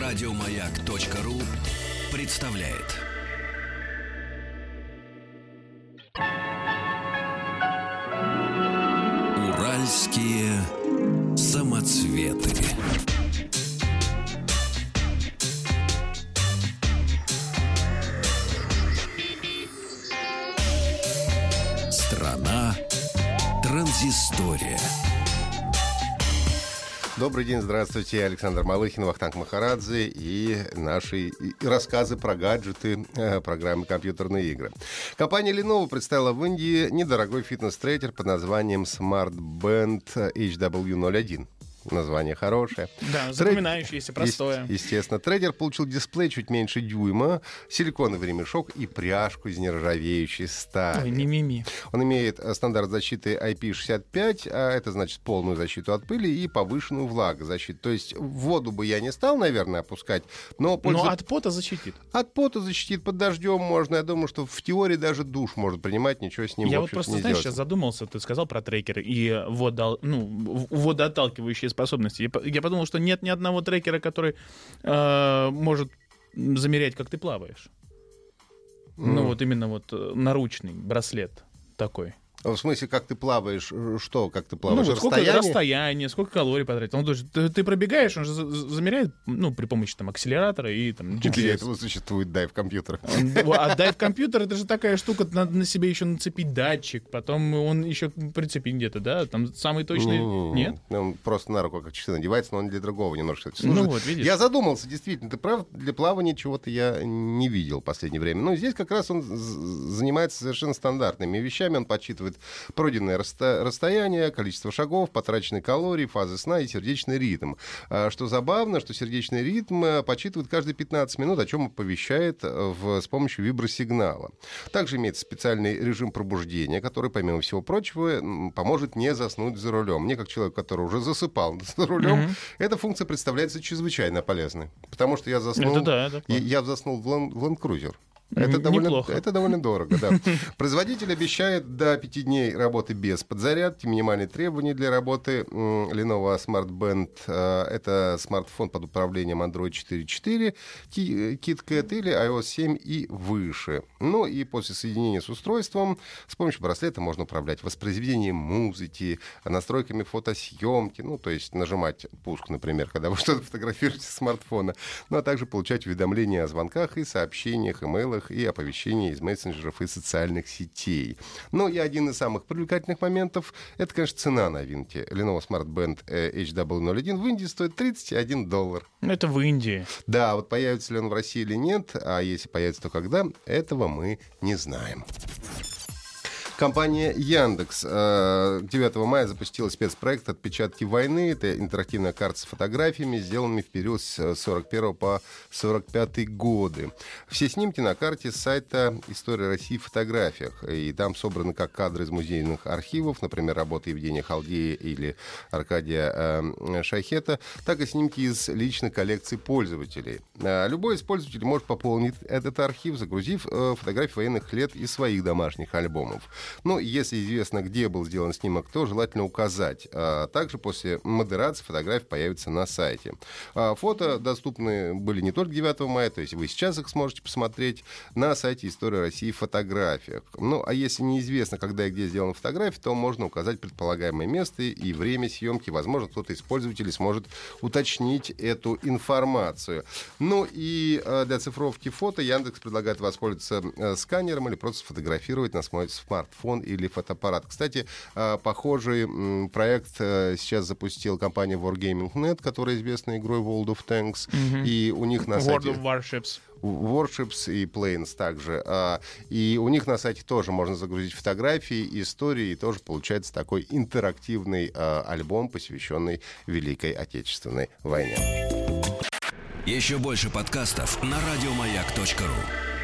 Радиомаяк.ру представляет. Уральские самоцветы. Страна транзистория. Добрый день, здравствуйте. Я Александр Малыхин, Вахтанг Махарадзе и наши рассказы про гаджеты программы «Компьютерные игры». Компания Lenovo представила в Индии недорогой фитнес-трекер под названием Smart Band HW01. Название хорошее. Да, запоминающееся, простое. Естественно. Трекер получил дисплей чуть меньше дюйма, силиконовый ремешок и пряжку из нержавеющей стали. Ой, не мими. Он имеет стандарт защиты IP65, а это значит полную защиту от пыли и повышенную влагозащиту. То есть в воду бы я не стал, наверное, опускать, но от пота защитит. От пота защитит, под дождем можно. Я думаю, что в теории даже душ может принимать, ничего с ним я в вот общем-то просто, не знаешь, сделать. сейчас задумался, ты сказал про трекеры и водоотталкивающие способности. Я подумал, что нет ни одного трекера, который может замерять, как ты плаваешь. Ну вот именно вот наручный браслет такой. В смысле, как ты плаваешь? Что, как ты плаваешь? Ну, вот сколько расстояние, сколько калорий потратил. Ты пробегаешь, он же замеряет, при помощи там акселератора и там GPS. Для этого существует дайв-компьютер. А дайв-компьютер — это же такая штука, надо на себе еще нацепить датчик, потом он еще прицепить где-то, да? Там самый точный... Нет? Он просто на руку как часы надевается, но он для другого немножко служит. Ну вот, видишь. Я задумался, действительно, ты прав, для плавания чего-то я не видел в последнее время. Но здесь как раз он занимается совершенно стандартными вещами, он подсчитывает пройденное расстояние, количество шагов, потраченные калории, фазы сна и сердечный ритм. Что забавно, что сердечный ритм подсчитывает каждые 15 минут, о чем оповещает с помощью вибросигнала. Также имеется специальный режим пробуждения, который, помимо всего прочего, поможет не заснуть за рулем. Мне, как человек, который уже засыпал за рулем, эта функция представляется чрезвычайно полезной. Потому что я заснул, я заснул в Land Cruiser. Это довольно дорого, да. Производитель обещает до 5 дней работы без подзарядки. Минимальные требования для работы Lenovo Smart Band — это смартфон под управлением Android 4.4, KitKat или iOS 7 и выше. Ну и после соединения с устройством с помощью браслета можно управлять воспроизведением музыки, настройками фотосъемки, то есть нажимать пуск, например, когда вы что-то фотографируете с смартфона, а также получать уведомления о звонках и сообщениях, имейлах и оповещения из мессенджеров и социальных сетей. И один из самых привлекательных моментов — это, конечно, цена новинки. Lenovo Smart Band HW01 в Индии стоит $31. Это в Индии. Да, вот появится ли он в России или нет, а если появится, то когда, этого мы не знаем. Компания Яндекс 9 мая запустила спецпроект «Отпечатки войны». Это интерактивная карта с фотографиями, сделанными в период с 41 по 45 годы. Все снимки на карте с сайта «История России» в фотографиях. И там собраны как кадры из музейных архивов, например, работы Евгения Халдея или Аркадия Шайхета, так и снимки из личной коллекции пользователей. Любой из пользователей может пополнить этот архив, загрузив фотографии военных лет из своих домашних альбомов. Если известно, где был сделан снимок, то желательно указать. Также после модерации фотографии появятся на сайте. Фото доступны были не только 9 мая, то есть вы сейчас их сможете посмотреть на сайте «История России» в фотографиях. А если неизвестно, когда и где сделана фотография, то можно указать предполагаемое место и время съемки. Возможно, кто-то из пользователей сможет уточнить эту информацию. И для цифровки фото Яндекс предлагает воспользоваться сканером или просто сфотографировать на свой смартфон или фотоаппарат. Кстати, похожий проект сейчас запустила компания Wargaming.net, которая известна игрой World of Tanks. И у них на сайте... World of Warships и Planes также. И у них на сайте тоже можно загрузить фотографии, истории, и тоже получается такой интерактивный альбом, посвященный Великой Отечественной войне. Еще больше подкастов на радиомаяк.ру.